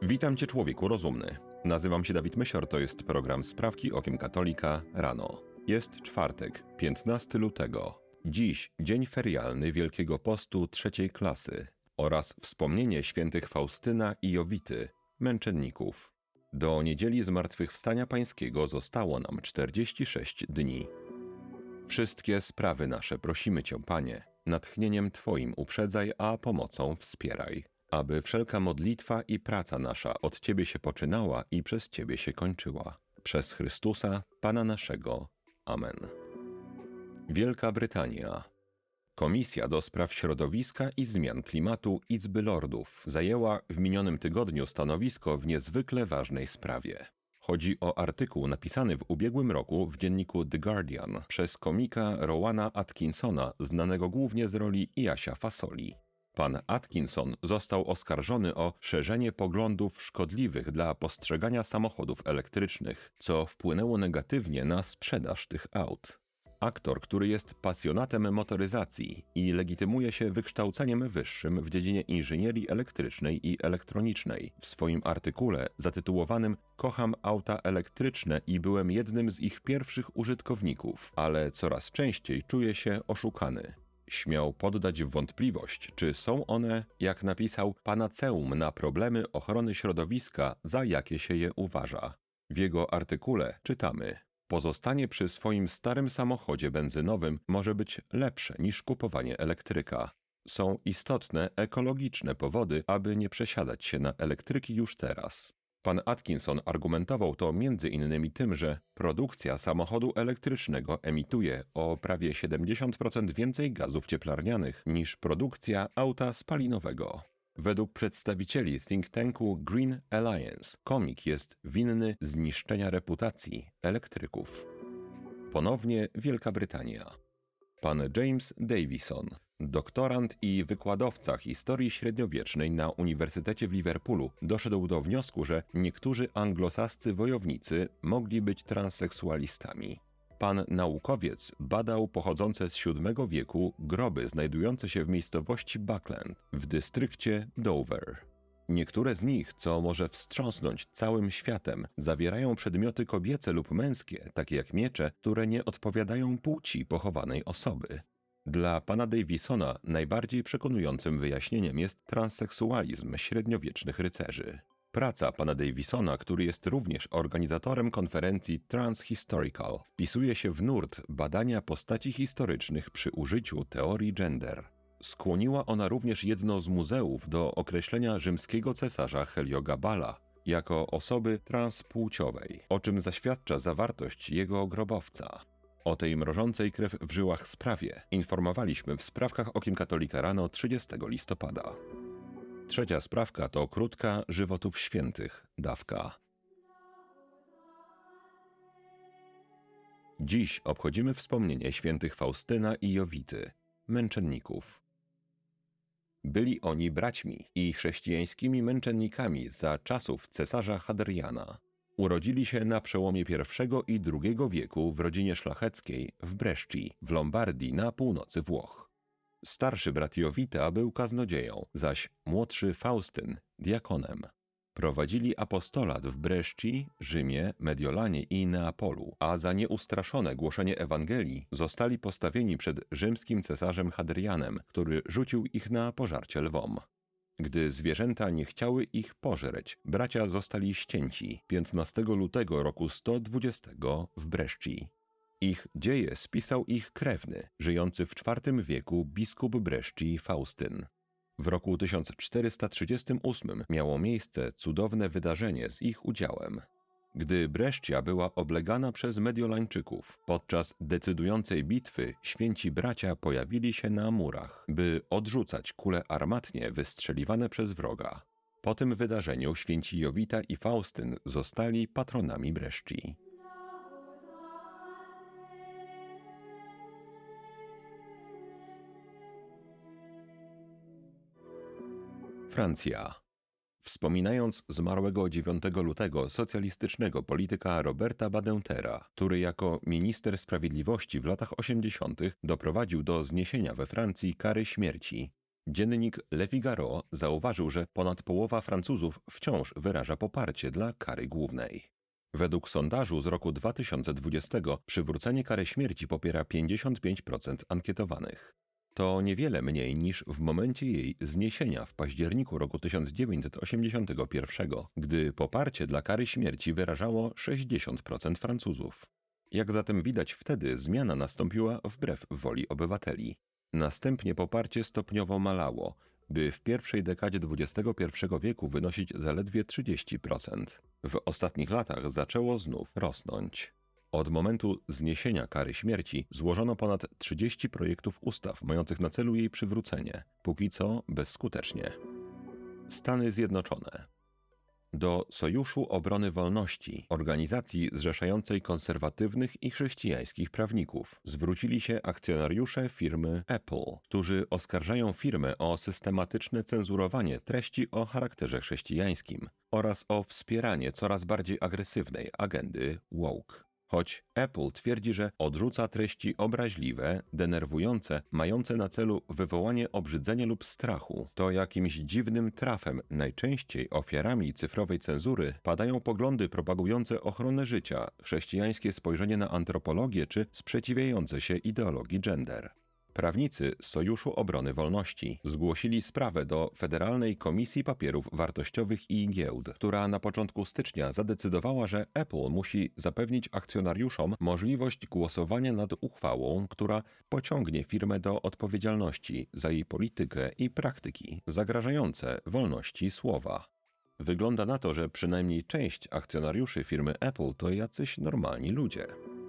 Witam Cię, człowieku rozumny. Nazywam się Dawid Mysior, to jest program Sprawki Okiem Katolika rano. Jest czwartek, 15 lutego. Dziś dzień ferialny Wielkiego Postu trzeciej klasy oraz wspomnienie świętych Faustyna i Jowity, męczenników. Do niedzieli Zmartwychwstania Pańskiego zostało nam 46 dni. Wszystkie sprawy nasze prosimy Cię, Panie, natchnieniem Twoim uprzedzaj, a pomocą wspieraj. Aby wszelka modlitwa i praca nasza od Ciebie się poczynała i przez Ciebie się kończyła. Przez Chrystusa, Pana naszego. Amen. Wielka Brytania. Komisja do spraw środowiska i zmian klimatu Izby Lordów zajęła w minionym tygodniu stanowisko w niezwykle ważnej sprawie. Chodzi o artykuł napisany w ubiegłym roku w dzienniku The Guardian przez komika Rowana Atkinsona, znanego głównie z roli Jasia Fasoli. Pan Atkinson został oskarżony o szerzenie poglądów szkodliwych dla postrzegania samochodów elektrycznych, co wpłynęło negatywnie na sprzedaż tych aut. Aktor, który jest pasjonatem motoryzacji i legitymuje się wykształceniem wyższym w dziedzinie inżynierii elektrycznej i elektronicznej, w swoim artykule zatytułowanym „Kocham auta elektryczne i byłem jednym z ich pierwszych użytkowników, ale coraz częściej czuję się oszukany”. Śmiał poddać w wątpliwość, czy są one, jak napisał, panaceum na problemy ochrony środowiska, za jakie się je uważa. W jego artykule czytamy: pozostanie przy swoim starym samochodzie benzynowym może być lepsze niż kupowanie elektryka. Są istotne ekologiczne powody, aby nie przesiadać się na elektryki już teraz. Pan Atkinson argumentował to m.in. tym, że produkcja samochodu elektrycznego emituje o prawie 70% więcej gazów cieplarnianych niż produkcja auta spalinowego. Według przedstawicieli think tanku Green Alliance komik jest winny zniszczenia reputacji elektryków. Ponownie Wielka Brytania. Pan James Davison, doktorant i wykładowca historii średniowiecznej na Uniwersytecie w Liverpoolu, doszedł do wniosku, że niektórzy anglosascy wojownicy mogli być transseksualistami. Pan naukowiec badał pochodzące z VII wieku groby znajdujące się w miejscowości Buckland w dystrykcie Dover. Niektóre z nich, co może wstrząsnąć całym światem, zawierają przedmioty kobiece lub męskie, takie jak miecze, które nie odpowiadają płci pochowanej osoby. Dla pana Davisona najbardziej przekonującym wyjaśnieniem jest transseksualizm średniowiecznych rycerzy. Praca pana Davisona, który jest również organizatorem konferencji Transhistorical, wpisuje się w nurt badania postaci historycznych przy użyciu teorii gender. Skłoniła ona również jedno z muzeów do określenia rzymskiego cesarza Heliogabala jako osoby transpłciowej, o czym zaświadcza zawartość jego grobowca. O tej mrożącej krew w żyłach sprawie informowaliśmy w Sprawkach Okiem Katolika rano 30 listopada. Trzecia sprawka to krótka żywotów świętych, dawka. Dziś obchodzimy wspomnienie świętych Faustyna i Jowity, męczenników. Byli oni braćmi i chrześcijańskimi męczennikami za czasów cesarza Hadriana. Urodzili się na przełomie I i II wieku w rodzinie szlacheckiej w Bresci, w Lombardii na północy Włoch. Starszy brat Jowita był kaznodzieją, zaś młodszy Faustyn diakonem. Prowadzili apostolat w Bresci, Rzymie, Mediolanie i Neapolu, a za nieustraszone głoszenie Ewangelii zostali postawieni przed rzymskim cesarzem Hadrianem, który rzucił ich na pożarcie lwom. Gdy zwierzęta nie chciały ich pożreć, bracia zostali ścięci 15 lutego roku 120 w Bresci. Ich dzieje spisał ich krewny, żyjący w IV wieku biskup Bresci Faustyn. W roku 1438 miało miejsce cudowne wydarzenie z ich udziałem. Gdy Brescia była oblegana przez Mediolańczyków, podczas decydującej bitwy święci bracia pojawili się na murach, by odrzucać kule armatnie wystrzeliwane przez wroga. Po tym wydarzeniu święci Jowita i Faustyn zostali patronami Bresci. Francja. Wspominając zmarłego 9 lutego socjalistycznego polityka Roberta Badintera, który jako minister sprawiedliwości w latach 80. doprowadził do zniesienia we Francji kary śmierci, Dziennik Le Figaro zauważył, że ponad połowa Francuzów wciąż wyraża poparcie dla kary głównej. Według sondażu z roku 2020 przywrócenie kary śmierci popiera 55% ankietowanych. To niewiele mniej niż w momencie jej zniesienia w październiku roku 1981, gdy poparcie dla kary śmierci wyrażało 60% Francuzów. Jak zatem widać, wtedy zmiana nastąpiła wbrew woli obywateli. Następnie poparcie stopniowo malało, by w pierwszej dekadzie XXI wieku wynosić zaledwie 30%. W ostatnich latach zaczęło znów rosnąć. Od momentu zniesienia kary śmierci złożono ponad 30 projektów ustaw mających na celu jej przywrócenie, póki co bezskutecznie. Stany Zjednoczone. Do Sojuszu Obrony Wolności, organizacji zrzeszającej konserwatywnych i chrześcijańskich prawników, zwrócili się akcjonariusze firmy Apple, którzy oskarżają firmę o systematyczne cenzurowanie treści o charakterze chrześcijańskim oraz o wspieranie coraz bardziej agresywnej agendy woke. Choć Apple twierdzi, że odrzuca treści obraźliwe, denerwujące, mające na celu wywołanie obrzydzenia lub strachu, to jakimś dziwnym trafem najczęściej ofiarami cyfrowej cenzury padają poglądy propagujące ochronę życia, chrześcijańskie spojrzenie na antropologię czy sprzeciwiające się ideologii gender. Prawnicy Sojuszu Obrony Wolności zgłosili sprawę do Federalnej Komisji Papierów Wartościowych i Giełd, która na początku stycznia zadecydowała, że Apple musi zapewnić akcjonariuszom możliwość głosowania nad uchwałą, która pociągnie firmę do odpowiedzialności za jej politykę i praktyki zagrażające wolności słowa. Wygląda na to, że przynajmniej część akcjonariuszy firmy Apple to jacyś normalni ludzie.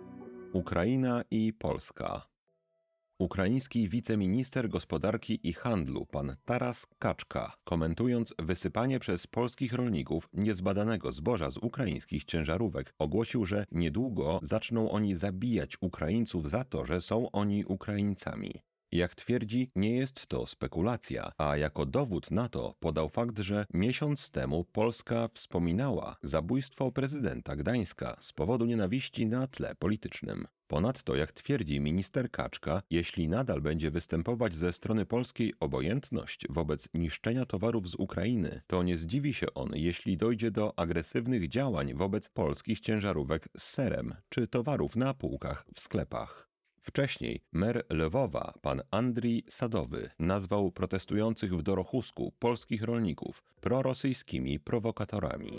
Ukraina i Polska. Ukraiński wiceminister gospodarki i handlu pan Taras Kaczka, komentując wysypanie przez polskich rolników niezbadanego zboża z ukraińskich ciężarówek, ogłosił, że niedługo zaczną oni zabijać Ukraińców za to, że są oni Ukraińcami. Jak twierdzi, nie jest to spekulacja, a jako dowód na to podał fakt, że miesiąc temu Polska wspominała zabójstwo prezydenta Gdańska z powodu nienawiści na tle politycznym. Ponadto, jak twierdzi minister Kaczka, jeśli nadal będzie występować ze strony polskiej obojętność wobec niszczenia towarów z Ukrainy, to nie zdziwi się on, jeśli dojdzie do agresywnych działań wobec polskich ciężarówek z serem czy towarów na półkach w sklepach. Wcześniej mer Lwowa, pan Andrii Sadowy, nazwał protestujących w Dorochusku polskich rolników prorosyjskimi prowokatorami.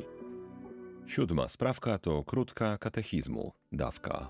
7. sprawka to krótka katechizmu, dawka.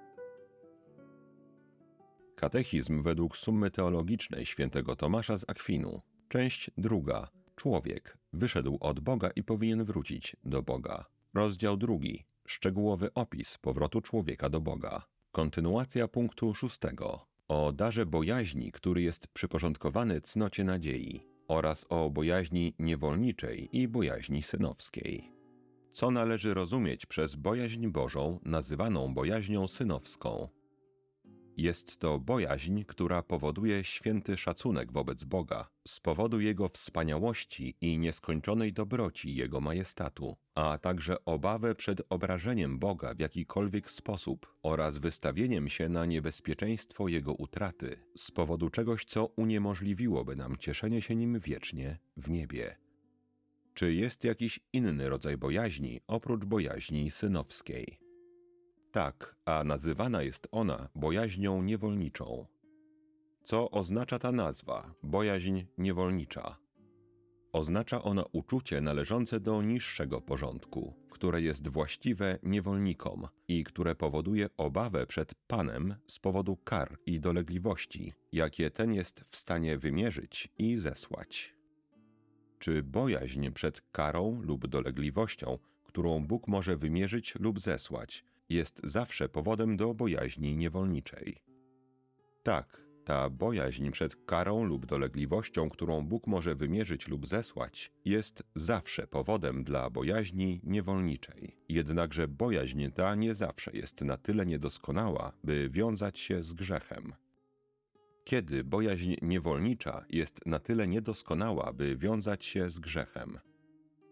Katechizm według summy teologicznej świętego Tomasza z Akwinu. Część 2. Człowiek wyszedł od Boga i powinien wrócić do Boga. Rozdział 2. Szczegółowy opis powrotu człowieka do Boga. Kontynuacja punktu 6. O darze bojaźni, który jest przyporządkowany cnocie nadziei, oraz o bojaźni niewolniczej i bojaźni synowskiej. Co należy rozumieć przez bojaźń Bożą, nazywaną bojaźnią synowską? Jest to bojaźń, która powoduje święty szacunek wobec Boga z powodu Jego wspaniałości i nieskończonej dobroci Jego majestatu, a także obawę przed obrażeniem Boga w jakikolwiek sposób oraz wystawieniem się na niebezpieczeństwo Jego utraty z powodu czegoś, co uniemożliwiłoby nam cieszenie się Nim wiecznie w niebie. Czy jest jakiś inny rodzaj bojaźni oprócz bojaźni synowskiej? Tak, a nazywana jest ona bojaźnią niewolniczą. Co oznacza ta nazwa, bojaźń niewolnicza? Oznacza ona uczucie należące do niższego porządku, które jest właściwe niewolnikom i które powoduje obawę przed Panem z powodu kar i dolegliwości, jakie ten jest w stanie wymierzyć i zesłać. Czy bojaźń przed karą lub dolegliwością, którą Bóg może wymierzyć lub zesłać, jest zawsze powodem do bojaźni niewolniczej? Tak, ta bojaźń przed karą lub dolegliwością, którą Bóg może wymierzyć lub zesłać, jest zawsze powodem dla bojaźni niewolniczej. Jednakże bojaźń ta nie zawsze jest na tyle niedoskonała, by wiązać się z grzechem. Kiedy bojaźń niewolnicza jest na tyle niedoskonała, by wiązać się z grzechem?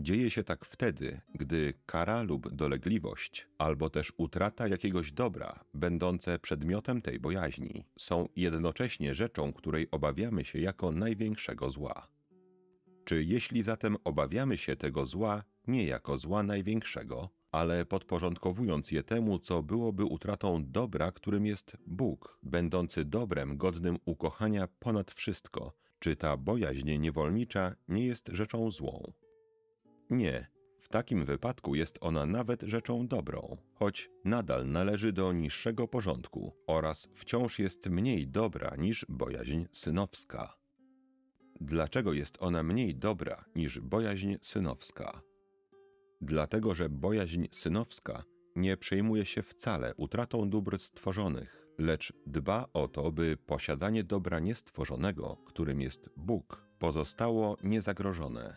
Dzieje się tak wtedy, gdy kara lub dolegliwość, albo też utrata jakiegoś dobra, będące przedmiotem tej bojaźni, są jednocześnie rzeczą, której obawiamy się jako największego zła. Czy jeśli zatem obawiamy się tego zła nie jako zła największego, ale podporządkowując je temu, co byłoby utratą dobra, którym jest Bóg, będący dobrem godnym ukochania ponad wszystko, czy ta bojaźń niewolnicza nie jest rzeczą złą? Nie. W takim wypadku jest ona nawet rzeczą dobrą, choć nadal należy do niższego porządku oraz wciąż jest mniej dobra niż bojaźń synowska. Dlaczego jest ona mniej dobra niż bojaźń synowska? Dlatego, że bojaźń synowska nie przejmuje się wcale utratą dóbr stworzonych, lecz dba o to, by posiadanie dobra niestworzonego, którym jest Bóg, pozostało niezagrożone.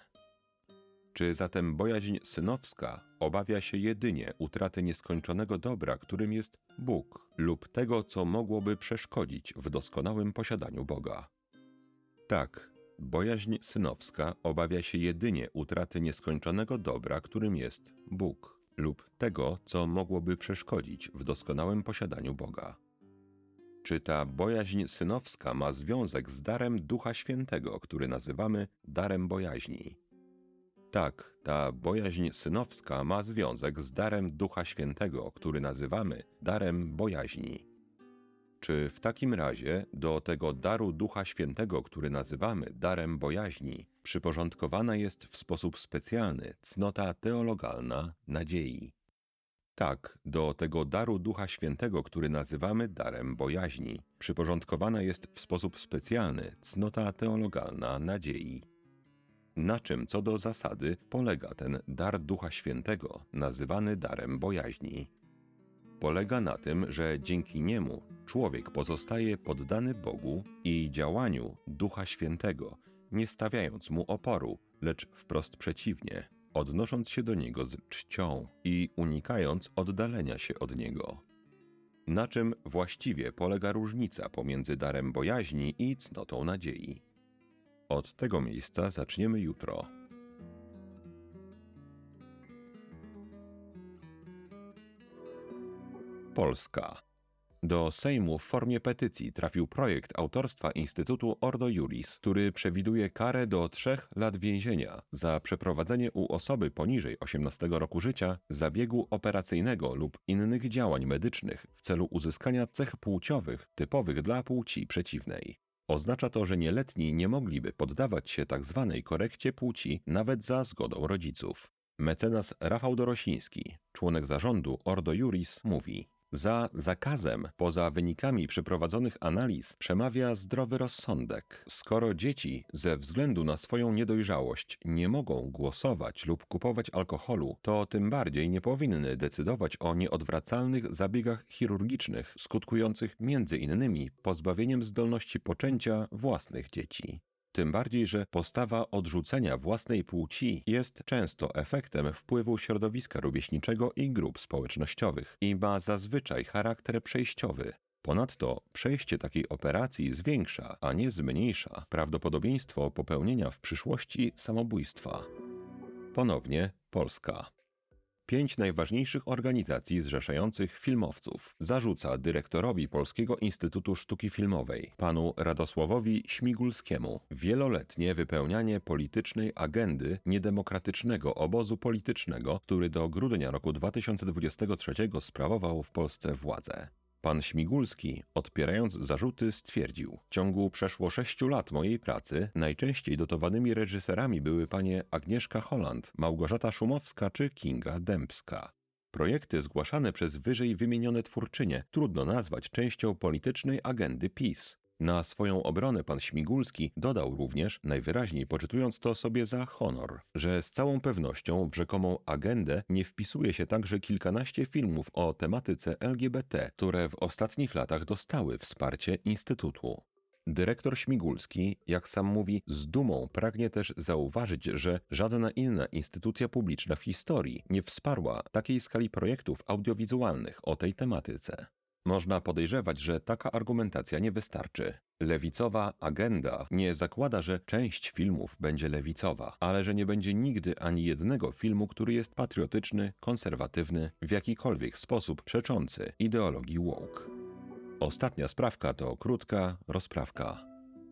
Czy zatem bojaźń synowska obawia się jedynie utraty nieskończonego dobra, którym jest Bóg, lub tego, co mogłoby przeszkodzić w doskonałym posiadaniu Boga? Tak, bojaźń synowska obawia się jedynie utraty nieskończonego dobra, którym jest Bóg, lub tego, co mogłoby przeszkodzić w doskonałym posiadaniu Boga. Czy ta bojaźń synowska ma związek z darem Ducha Świętego, który nazywamy darem bojaźni? Tak, ta bojaźń synowska ma związek z darem Ducha Świętego, który nazywamy darem bojaźni. Czy w takim razie do tego daru Ducha Świętego, który nazywamy darem bojaźni, przyporządkowana jest w sposób specjalny cnota teologalna nadziei? Tak, do tego daru Ducha Świętego, który nazywamy darem bojaźni, przyporządkowana jest w sposób specjalny cnota teologalna nadziei. Na czym co do zasady polega ten dar Ducha Świętego, nazywany darem bojaźni? Polega na tym, że dzięki niemu człowiek pozostaje poddany Bogu i działaniu Ducha Świętego, nie stawiając mu oporu, lecz wprost przeciwnie, odnosząc się do niego z czcią i unikając oddalenia się od niego. Na czym właściwie polega różnica pomiędzy darem bojaźni i cnotą nadziei? Od tego miejsca zaczniemy jutro. Polska. Do Sejmu w formie petycji trafił projekt autorstwa Instytutu Ordo Iuris, który przewiduje karę do 3 lat więzienia za przeprowadzenie u osoby poniżej 18 roku życia zabiegu operacyjnego lub innych działań medycznych w celu uzyskania cech płciowych typowych dla płci przeciwnej. Oznacza to, że nieletni nie mogliby poddawać się tzw. korekcie płci nawet za zgodą rodziców. Mecenas Rafał Dorosiński, członek zarządu Ordo Iuris, mówi: za zakazem, poza wynikami przeprowadzonych analiz, przemawia zdrowy rozsądek. Skoro dzieci ze względu na swoją niedojrzałość nie mogą głosować lub kupować alkoholu, to tym bardziej nie powinny decydować o nieodwracalnych zabiegach chirurgicznych, skutkujących m.in. pozbawieniem zdolności poczęcia własnych dzieci. Tym bardziej, że postawa odrzucenia własnej płci jest często efektem wpływu środowiska rówieśniczego i grup społecznościowych i ma zazwyczaj charakter przejściowy. Ponadto przejście takiej operacji zwiększa, a nie zmniejsza prawdopodobieństwo popełnienia w przyszłości samobójstwa. Ponownie Polska. 5 najważniejszych organizacji zrzeszających filmowców zarzuca dyrektorowi Polskiego Instytutu Sztuki Filmowej, panu Radosławowi Śmigulskiemu, wieloletnie wypełnianie politycznej agendy niedemokratycznego obozu politycznego, który do grudnia roku 2023 sprawował w Polsce władzę. Pan Śmigulski, odpierając zarzuty, stwierdził: w ciągu przeszło 6 lat mojej pracy najczęściej dotowanymi reżyserami były panie Agnieszka Holland, Małgorzata Szumowska czy Kinga Dębska. Projekty zgłaszane przez wyżej wymienione twórczynie trudno nazwać częścią politycznej agendy PiS. Na swoją obronę pan Śmigulski dodał również, najwyraźniej poczytując to sobie za honor, że z całą pewnością w rzekomą agendę nie wpisuje się także kilkanaście filmów o tematyce LGBT, które w ostatnich latach dostały wsparcie Instytutu. Dyrektor Śmigulski, jak sam mówi, z dumą pragnie też zauważyć, że żadna inna instytucja publiczna w historii nie wsparła takiej skali projektów audiowizualnych o tej tematyce. Można podejrzewać, że taka argumentacja nie wystarczy. Lewicowa agenda nie zakłada, że część filmów będzie lewicowa, ale że nie będzie nigdy ani jednego filmu, który jest patriotyczny, konserwatywny, w jakikolwiek sposób przeczący ideologii woke. Ostatnia sprawka to krótka rozprawka.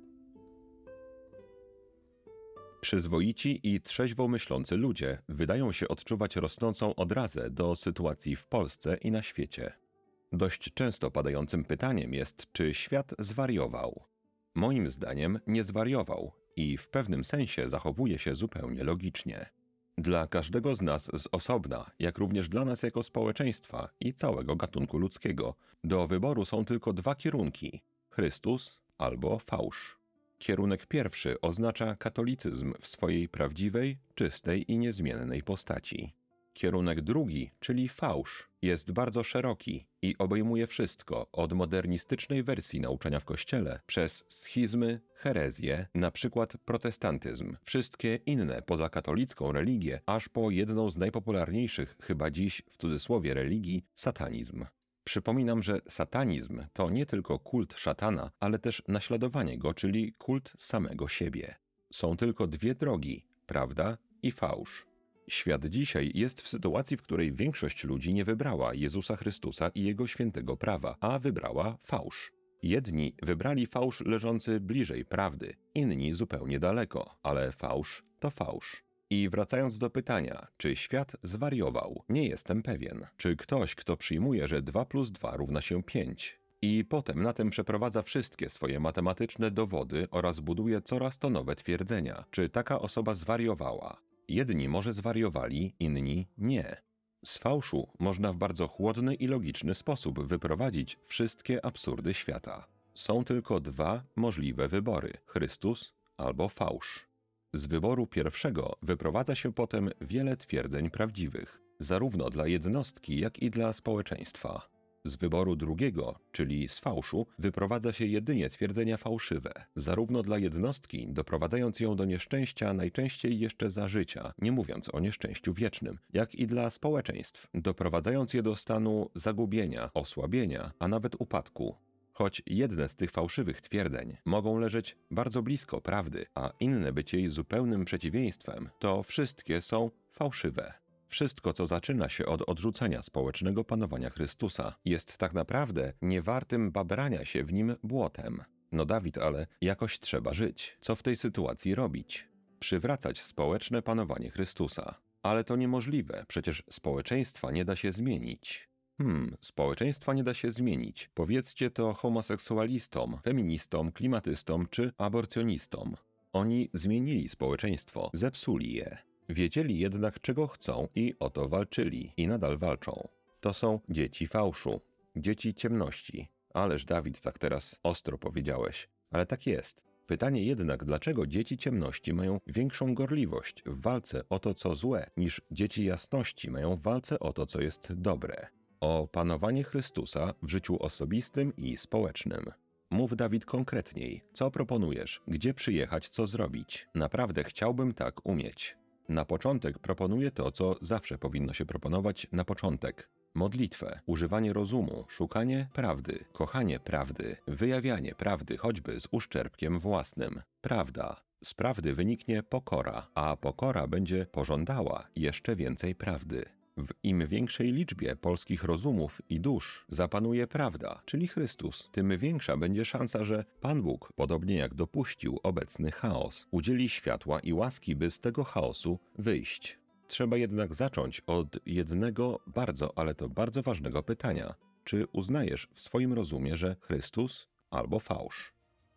Przyzwoici i trzeźwo myślący ludzie wydają się odczuwać rosnącą odrazę do sytuacji w Polsce i na świecie. Dość często padającym pytaniem jest, czy świat zwariował. Moim zdaniem nie zwariował i w pewnym sensie zachowuje się zupełnie logicznie. Dla każdego z nas z osobna, jak również dla nas jako społeczeństwa i całego gatunku ludzkiego, do wyboru są tylko dwa kierunki: Chrystus albo fałsz. Kierunek pierwszy oznacza katolicyzm w swojej prawdziwej, czystej i niezmiennej postaci. Kierunek drugi, czyli fałsz, jest bardzo szeroki i obejmuje wszystko od modernistycznej wersji nauczania w Kościele przez schizmy, herezje, np. protestantyzm, wszystkie inne pozakatolicką religię, aż po jedną z najpopularniejszych chyba dziś w cudzysłowie religii, satanizm. Przypominam, że satanizm to nie tylko kult szatana, ale też naśladowanie go, czyli kult samego siebie. Są tylko dwie drogi, prawda i fałsz. Świat dzisiaj jest w sytuacji, w której większość ludzi nie wybrała Jezusa Chrystusa i Jego świętego prawa, a wybrała fałsz. Jedni wybrali fałsz leżący bliżej prawdy, inni zupełnie daleko, ale fałsz to fałsz. I wracając do pytania, czy świat zwariował, nie jestem pewien. Czy ktoś, kto przyjmuje, że 2 + 2 równa się 5 i potem na tym przeprowadza wszystkie swoje matematyczne dowody oraz buduje coraz to nowe twierdzenia, czy taka osoba zwariowała? Jedni może zwariowali, inni nie. Z fałszu można w bardzo chłodny i logiczny sposób wyprowadzić wszystkie absurdy świata. Są tylko dwa możliwe wybory: Chrystus albo fałsz. Z wyboru pierwszego wyprowadza się potem wiele twierdzeń prawdziwych, zarówno dla jednostki, jak i dla społeczeństwa. Z wyboru drugiego, czyli z fałszu, wyprowadza się jedynie twierdzenia fałszywe, zarówno dla jednostki, doprowadzając ją do nieszczęścia najczęściej jeszcze za życia, nie mówiąc o nieszczęściu wiecznym, jak i dla społeczeństw, doprowadzając je do stanu zagubienia, osłabienia, a nawet upadku. Choć jedne z tych fałszywych twierdzeń mogą leżeć bardzo blisko prawdy, a inne być jej zupełnym przeciwieństwem, to wszystkie są fałszywe. Wszystko, co zaczyna się od odrzucenia społecznego panowania Chrystusa, jest tak naprawdę niewartym babrania się w nim błotem. No Dawid, ale jakoś trzeba żyć. Co w tej sytuacji robić? Przywracać społeczne panowanie Chrystusa. Ale to niemożliwe, przecież społeczeństwa nie da się zmienić. Społeczeństwa nie da się zmienić. Powiedzcie to homoseksualistom, feministom, klimatystom czy aborcjonistom. Oni zmienili społeczeństwo, zepsuli je. Wiedzieli jednak, czego chcą i o to walczyli i nadal walczą. To są dzieci fałszu, dzieci ciemności. Ależ Dawid, tak teraz ostro powiedziałeś, ale tak jest. Pytanie jednak, dlaczego dzieci ciemności mają większą gorliwość w walce o to, co złe, niż dzieci jasności mają w walce o to, co jest dobre. O panowanie Chrystusa w życiu osobistym i społecznym. Mów, Dawid, konkretniej. Co proponujesz? Gdzie przyjechać? Co zrobić? Naprawdę chciałbym tak umieć. Na początek proponuję to, co zawsze powinno się proponować na początek. Modlitwę, używanie rozumu, szukanie prawdy, kochanie prawdy, wyjawianie prawdy choćby z uszczerbkiem własnym. Prawda. Z prawdy wyniknie pokora, a pokora będzie pożądała jeszcze więcej prawdy. W im większej liczbie polskich rozumów i dusz zapanuje prawda, czyli Chrystus, tym większa będzie szansa, że Pan Bóg, podobnie jak dopuścił obecny chaos, udzieli światła i łaski, by z tego chaosu wyjść. Trzeba jednak zacząć od jednego bardzo, ale to bardzo ważnego pytania. Czy uznajesz w swoim rozumie, że Chrystus albo fałsz?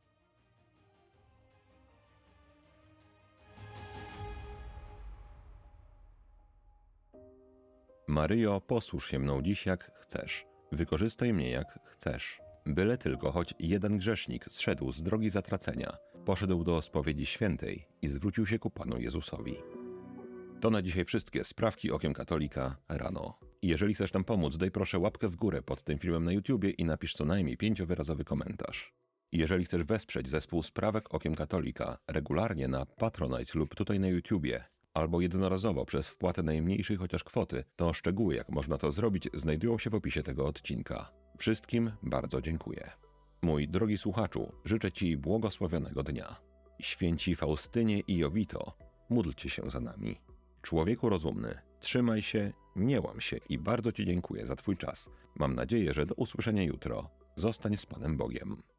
Maryjo, posłuż się mną dziś jak chcesz. Wykorzystaj mnie jak chcesz. Byle tylko choć jeden grzesznik zszedł z drogi zatracenia, poszedł do spowiedzi świętej i zwrócił się ku Panu Jezusowi. To na dzisiaj wszystkie sprawki okiem katolika rano. Jeżeli chcesz nam pomóc, daj proszę łapkę w górę pod tym filmem na YouTubie i napisz co najmniej 5-wyrazowy komentarz. Jeżeli chcesz wesprzeć zespół Sprawek Okiem Katolika regularnie na Patronite lub tutaj na YouTubie, albo jednorazowo przez wpłatę najmniejszej chociaż kwoty, to szczegóły, jak można to zrobić, znajdują się w opisie tego odcinka. Wszystkim bardzo dziękuję. Mój drogi słuchaczu, życzę Ci błogosławionego dnia. Święci Faustynie i Jowito, módlcie się za nami. Człowieku rozumny, trzymaj się, nie łam się i bardzo Ci dziękuję za Twój czas. Mam nadzieję, że do usłyszenia jutro. Zostań z Panem Bogiem.